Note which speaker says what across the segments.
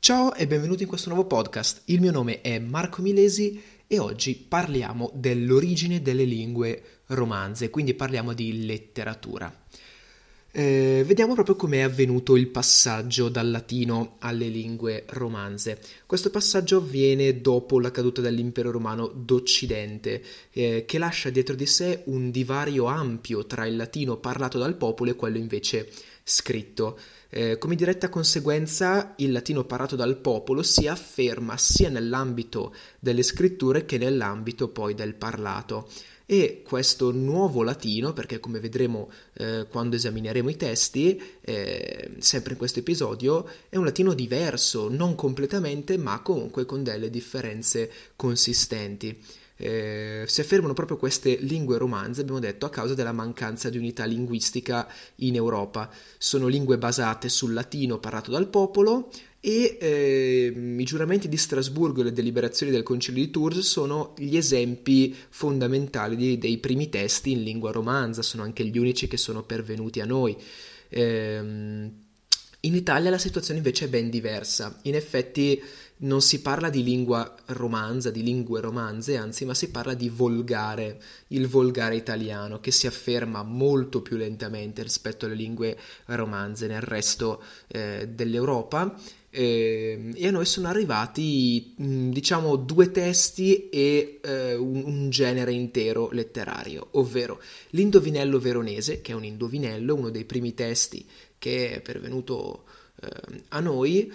Speaker 1: Ciao e benvenuti in questo nuovo podcast. Il mio nome è Marco Milesi e oggi parliamo dell'origine delle lingue romanze, quindi parliamo di letteratura. Vediamo proprio come è avvenuto il passaggio dal latino alle lingue romanze. Questo passaggio avviene dopo la caduta dell'impero romano d'Occidente, che lascia dietro di sé un divario ampio tra il latino parlato dal popolo e quello invece scritto. Come diretta conseguenza, il latino parlato dal popolo si afferma sia nell'ambito delle scritture che nell'ambito poi del parlato. E questo nuovo latino, perché come vedremo quando esamineremo i testi, sempre in questo episodio, è un latino diverso, non completamente, ma comunque con delle differenze consistenti. Si affermano proprio queste lingue romanze, abbiamo detto, a causa della mancanza di unità linguistica in Europa. Sono lingue basate sul latino parlato dal popolo e i giuramenti di Strasburgo e le deliberazioni del Concilio di Tours sono gli esempi fondamentali dei primi testi in lingua romanza, sono anche gli unici che sono pervenuti a noi. In Italia la situazione invece è ben diversa. In effetti non si parla di lingua romanza, di lingue romanze, anzi, ma si parla di volgare, il volgare italiano, che si afferma molto più lentamente rispetto alle lingue romanze nel resto dell'Europa. E a noi sono arrivati, diciamo, due testi e un genere intero letterario, ovvero l'Indovinello veronese, che è un indovinello, uno dei primi testi che è pervenuto a noi.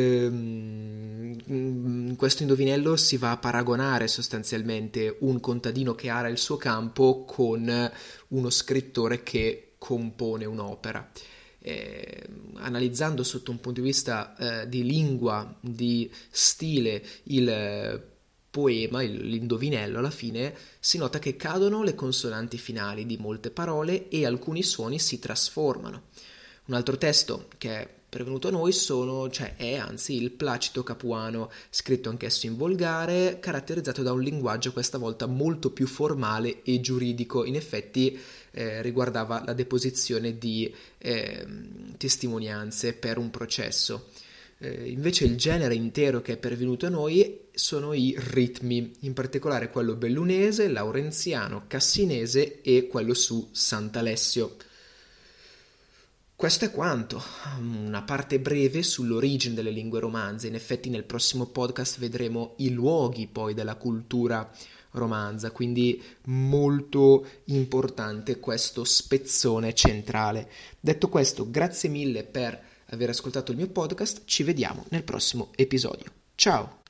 Speaker 1: In questo indovinello si va a paragonare sostanzialmente un contadino che ara il suo campo con uno scrittore che compone un'opera. Analizzando sotto un punto di vista di lingua, di stile, il poema, l'indovinello, alla fine si nota che cadono le consonanti finali di molte parole e alcuni suoni si trasformano. Un altro testo che è pervenuto a noi è anzi il Placido Capuano, scritto anch'esso in volgare, caratterizzato da un linguaggio questa volta molto più formale e giuridico. In effetti riguardava la deposizione di testimonianze per un processo. Invece il genere intero che è pervenuto a noi sono i ritmi, in particolare quello bellunese, laurenziano, cassinese e quello su Sant'Alessio. Questo è quanto, una parte breve sull'origine delle lingue romanze. In effetti nel prossimo podcast vedremo i luoghi poi della cultura romanza, quindi molto importante questo spezzone centrale. Detto questo, grazie mille per aver ascoltato il mio podcast, ci vediamo nel prossimo episodio. Ciao!